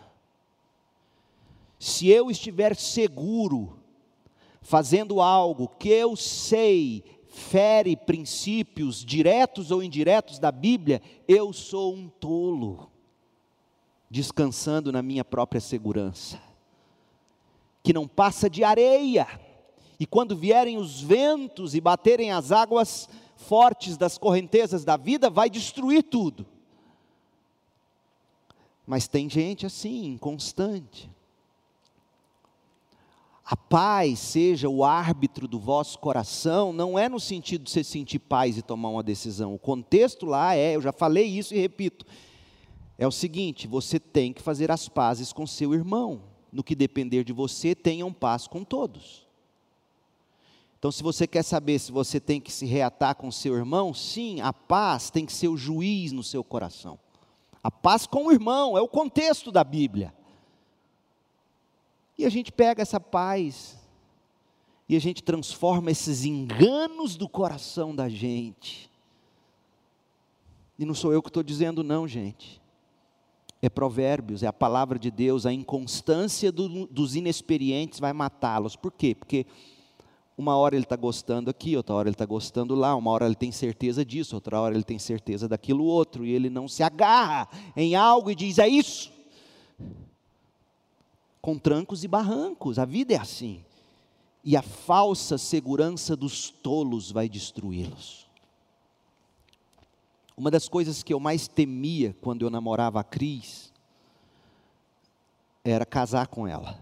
Se eu estiver seguro, fazendo algo que eu sei fere princípios diretos ou indiretos da Bíblia, eu sou um tolo, descansando na minha própria segurança, que não passa de areia, e quando vierem os ventos e baterem as águas fortes das correntezas da vida, vai destruir tudo. Mas tem gente assim, inconstante. A paz seja o árbitro do vosso coração, não é no sentido de você sentir paz e tomar uma decisão. O contexto lá é, eu já falei isso e repito, é o seguinte: você tem que fazer as pazes com seu irmão. No que depender de você, tenham paz com todos. Então, se você quer saber se você tem que se reatar com seu irmão, sim, a paz tem que ser o juiz no seu coração. A paz com o irmão é o contexto da Bíblia. E a gente pega essa paz e a gente transforma esses enganos do coração da gente. E não sou eu que estou dizendo não, gente. É Provérbios, é a palavra de Deus. A inconstância do, dos inexperientes vai matá-los. Por quê? Porque uma hora ele está gostando aqui, outra hora ele está gostando lá, uma hora ele tem certeza disso, outra hora ele tem certeza daquilo outro, e ele não se agarra em algo e diz, é isso. Com trancos e barrancos, a vida é assim. E a falsa segurança dos tolos vai destruí-los. Uma das coisas que eu mais temia quando eu namorava a Cris, era casar com ela.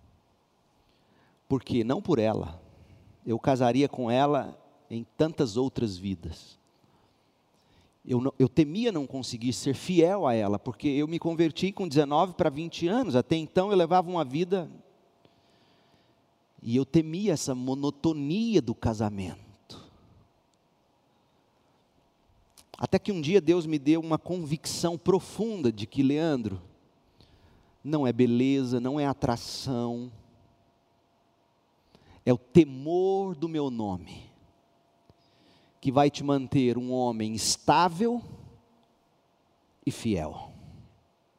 Por quê? Não por ela. Eu casaria com ela em tantas outras vidas. Eu, não, eu temia não conseguir ser fiel a ela, porque eu me converti com dezenove para vinte anos, até então eu levava uma vida, e eu temia essa monotonia do casamento. Até que um dia Deus me deu uma convicção profunda de que, Leandro, não é beleza, não é atração, é o temor do meu nome, que vai te manter um homem estável e fiel.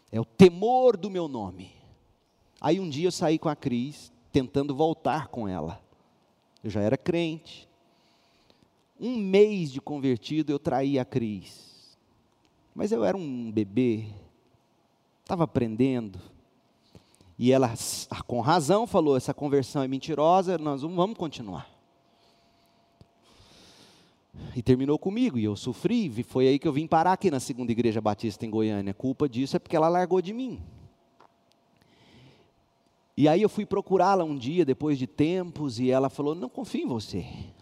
É o temor do meu nome. Aí um dia eu saí com a Cris, tentando voltar com ela. Eu já era crente. Um mês de convertido eu traí a Cris. Mas eu era um bebê, estava aprendendo. E ela, com razão, falou, essa conversão é mentirosa, nós vamos continuar. E terminou comigo, e eu sofri, foi aí que eu vim parar aqui na Segunda Igreja Batista em Goiânia. A culpa disso é porque ela largou de mim. E aí eu fui procurá-la um dia, depois de tempos, e ela falou, não confio em você.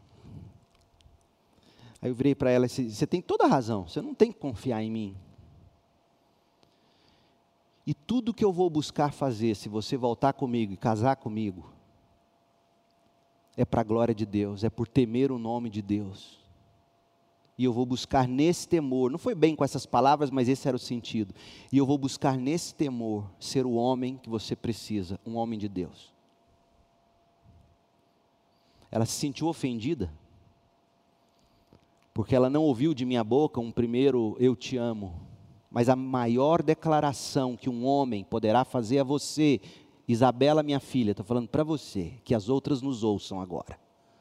Aí eu virei para ela e disse, você tem toda a razão, você não tem que confiar em mim. E tudo que eu vou buscar fazer, se você voltar comigo e casar comigo, é para a glória de Deus, é por temer o nome de Deus. E eu vou buscar nesse temor, não foi bem com essas palavras, mas esse era o sentido. E eu vou buscar nesse temor ser o homem que você precisa, um homem de Deus. Ela se sentiu ofendida, porque ela não ouviu de minha boca um primeiro eu te amo. Mas a maior declaração que um homem poderá fazer a você, Isabela, minha filha, estou falando para você, que as outras nos ouçam agora.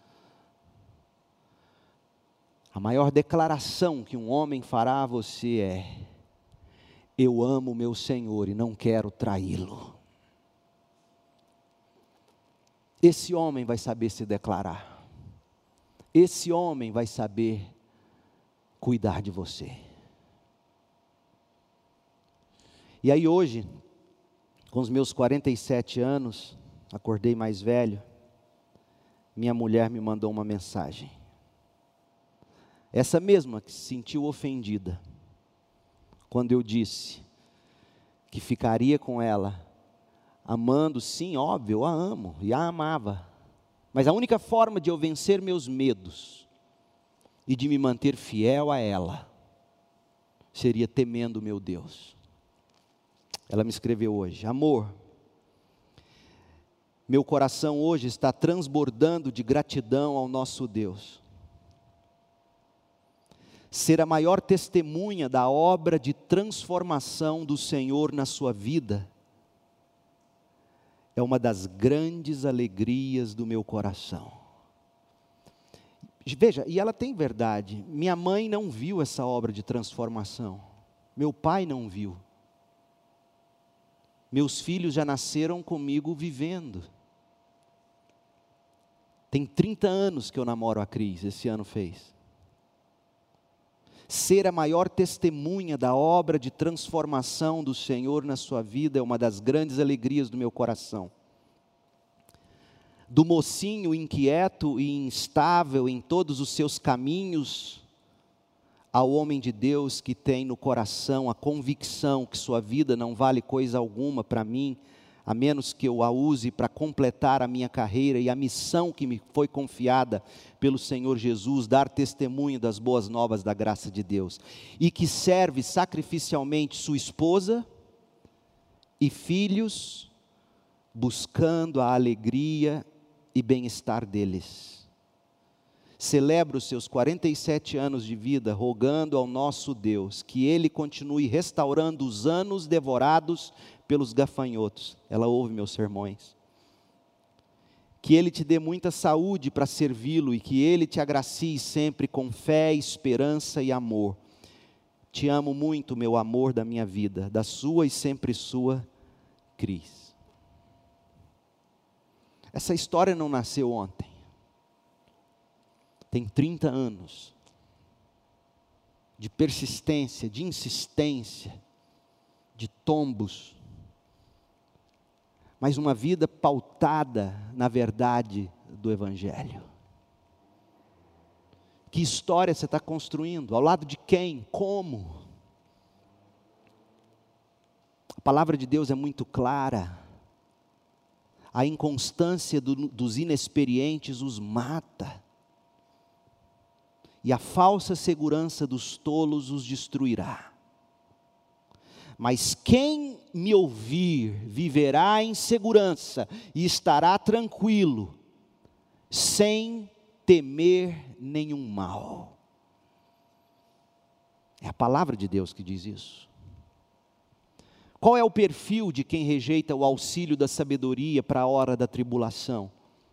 A maior declaração que um homem fará a você é, eu amo o meu Senhor e não quero traí-lo. Esse homem vai saber se declarar. Esse homem vai saber cuidar de você. E aí hoje, com os meus quarenta e sete anos, acordei mais velho, minha mulher me mandou uma mensagem. Essa mesma que se sentiu ofendida, quando eu disse que ficaria com ela, amando, sim, óbvio, eu a amo e a amava. Mas a única forma de eu vencer meus medos e de me manter fiel a ela, seria temendo o meu Deus. Ela me escreveu hoje, amor, meu coração hoje está transbordando de gratidão ao nosso Deus. Ser a maior testemunha da obra de transformação do Senhor na sua vida, é uma das grandes alegrias do meu coração. Veja, e ela tem verdade, minha mãe não viu essa obra de transformação, meu pai não viu. Meus filhos já nasceram comigo vivendo. Tem trinta anos que eu namoro a Cris, esse ano fez. Ser a maior testemunha da obra de transformação do Senhor na sua vida é uma das grandes alegrias do meu coração. Do mocinho inquieto e instável em todos os seus caminhos, ao homem de Deus que tem no coração a convicção que sua vida não vale coisa alguma para mim, a menos que eu a use para completar a minha carreira e a missão que me foi confiada pelo Senhor Jesus, dar testemunho das boas novas da graça de Deus, e que serve sacrificialmente sua esposa e filhos, buscando a alegria e bem-estar deles. Celebra os seus quarenta e sete anos de vida, rogando ao nosso Deus, que Ele continue restaurando os anos devorados pelos gafanhotos. Ela ouve meus sermões. Que Ele te dê muita saúde para servi-lo, e que Ele te agracie sempre com fé, esperança e amor. Te amo muito, meu amor da minha vida, da sua e sempre sua, Cris. Essa história não nasceu ontem. Tem trinta anos de persistência, de insistência, de tombos, mas uma vida pautada na verdade do Evangelho. Que história você está construindo? Ao lado de quem? Como? A palavra de Deus é muito clara. A inconstância do, dos inexperientes os mata. E a falsa segurança dos tolos os destruirá. Mas quem me ouvir viverá em segurança e estará tranquilo, sem temer nenhum mal. É a palavra de Deus que diz isso. Qual é o perfil de quem rejeita o auxílio da sabedoria para a hora da tribulação?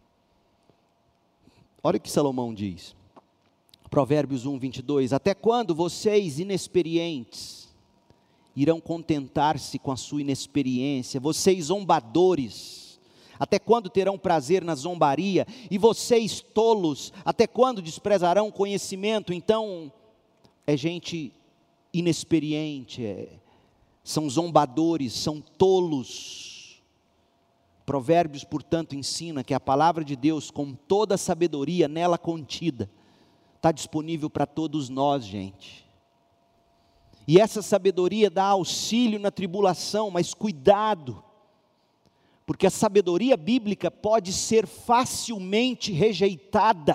Olha o que Salomão diz, Provérbios um, vinte e dois, até quando vocês inexperientes irão contentar-se com a sua inexperiência, vocês zombadores, até quando terão prazer na zombaria, e vocês tolos, até quando desprezarão o conhecimento? Então, é gente inexperiente, é, são zombadores, são tolos. Provérbios, portanto, ensina que a palavra de Deus, com toda a sabedoria nela contida, está disponível para todos nós, gente. E essa sabedoria dá auxílio na tribulação, mas cuidado, porque a sabedoria bíblica pode ser facilmente rejeitada.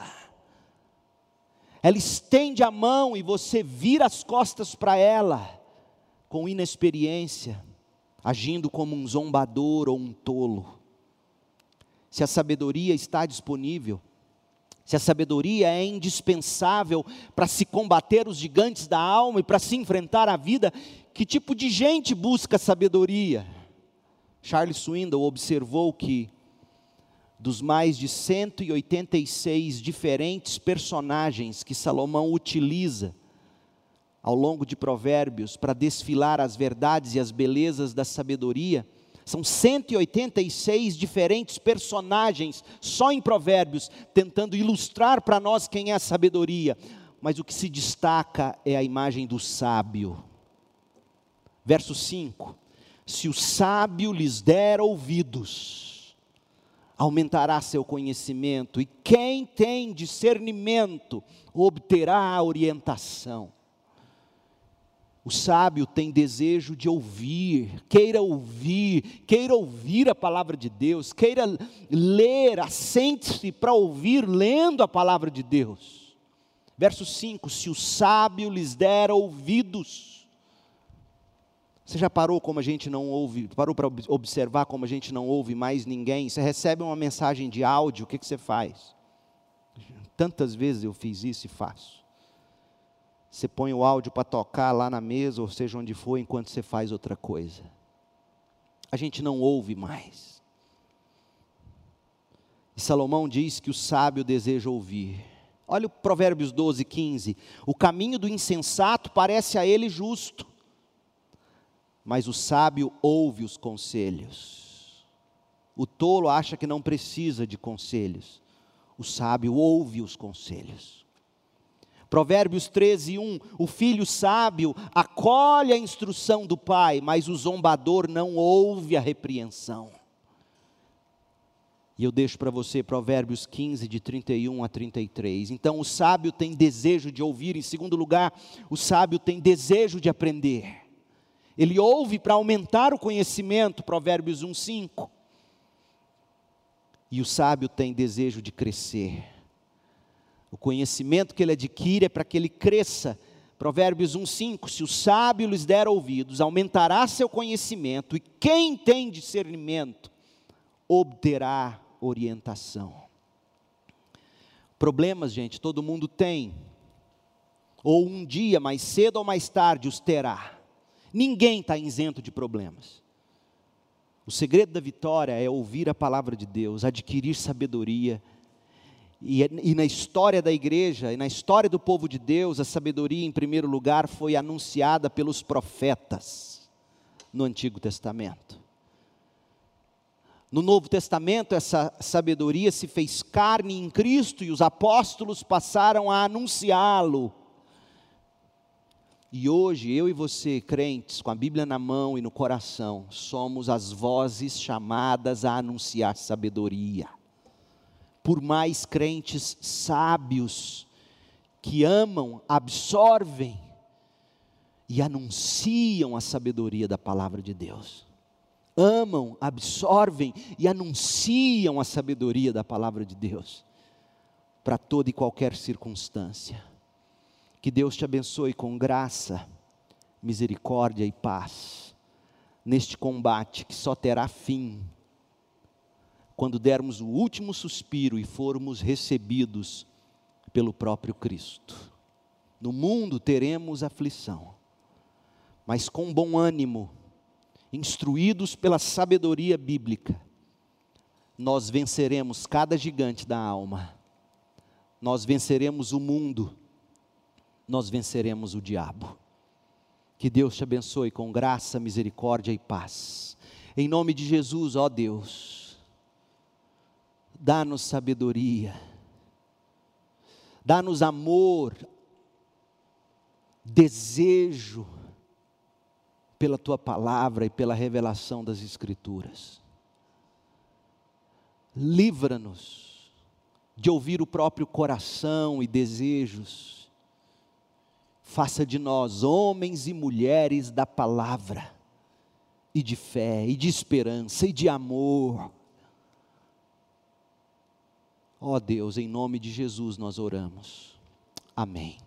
Ela estende a mão e você vira as costas para ela, com inexperiência, agindo como um zombador ou um tolo. Se a sabedoria está disponível, se a sabedoria é indispensável para se combater os gigantes da alma e para se enfrentar a vida, que tipo de gente busca sabedoria? Charles Swindoll observou que dos mais de cento e oitenta e seis diferentes personagens que Salomão utiliza ao longo de Provérbios para desfilar as verdades e as belezas da sabedoria, são cento e oitenta e seis diferentes personagens só em Provérbios, tentando ilustrar para nós quem é a sabedoria, mas o que se destaca é a imagem do sábio. Verso cinco, se o sábio lhes der ouvidos, aumentará seu conhecimento, e quem tem discernimento obterá orientação. O sábio tem desejo de ouvir, queira ouvir, queira ouvir a palavra de Deus, queira ler, assente-se para ouvir, lendo a palavra de Deus. Verso cinco, se o sábio lhes der ouvidos. Você já parou como a gente não ouve, parou para observar como a gente não ouve mais ninguém? Você recebe uma mensagem de áudio, o que, que você faz? Tantas vezes eu fiz isso e faço. Você põe o áudio para tocar lá na mesa, ou seja onde for, enquanto você faz outra coisa. A gente não ouve mais. E Salomão diz que o sábio deseja ouvir. Olha o Provérbios doze, quinze. O caminho do insensato parece a ele justo, mas o sábio ouve os conselhos. O tolo acha que não precisa de conselhos. O sábio ouve os conselhos. Provérbios treze, um, o filho sábio acolhe a instrução do pai, mas o zombador não ouve a repreensão. E eu deixo para você Provérbios quinze, de trinta e um a trinta e três. Então o sábio tem desejo de ouvir. Em segundo lugar, o sábio tem desejo de aprender. Ele ouve para aumentar o conhecimento, Provérbios um, cinco. E o sábio tem desejo de crescer. O conhecimento que ele adquire é para que ele cresça. Provérbios um, cinco, se o sábio lhes der ouvidos, aumentará seu conhecimento, e quem tem discernimento, obterá orientação. Problemas, gente, todo mundo tem, ou um dia, mais cedo ou mais tarde, os terá. Ninguém está isento de problemas. O segredo da vitória é ouvir a palavra de Deus, adquirir sabedoria. E, e na história da igreja, e na história do povo de Deus, a sabedoria em primeiro lugar foi anunciada pelos profetas no Antigo Testamento. No Novo Testamento, essa sabedoria se fez carne em Cristo e os apóstolos passaram a anunciá-lo. E hoje, eu e você, crentes, com a Bíblia na mão e no coração, somos as vozes chamadas a anunciar sabedoria. Por mais crentes sábios, que amam, absorvem e anunciam a sabedoria da palavra de Deus. Amam, absorvem e anunciam a sabedoria da palavra de Deus, para toda e qualquer circunstância. Que Deus te abençoe com graça, misericórdia e paz, neste combate que só terá fim quando dermos o último suspiro e formos recebidos pelo próprio Cristo. No mundo teremos aflição, mas com bom ânimo, instruídos pela sabedoria bíblica, nós venceremos cada gigante da alma, nós venceremos o mundo, nós venceremos o diabo. Que Deus te abençoe com graça, misericórdia e paz. Em nome de Jesus, ó Deus, dá-nos sabedoria, dá-nos amor, desejo pela Tua palavra e pela revelação das Escrituras. Livra-nos de ouvir o próprio coração e desejos. Faça de nós homens e mulheres da palavra, e de fé, e de esperança, e de amor. Ó Deus, em nome de Jesus nós oramos. Amém.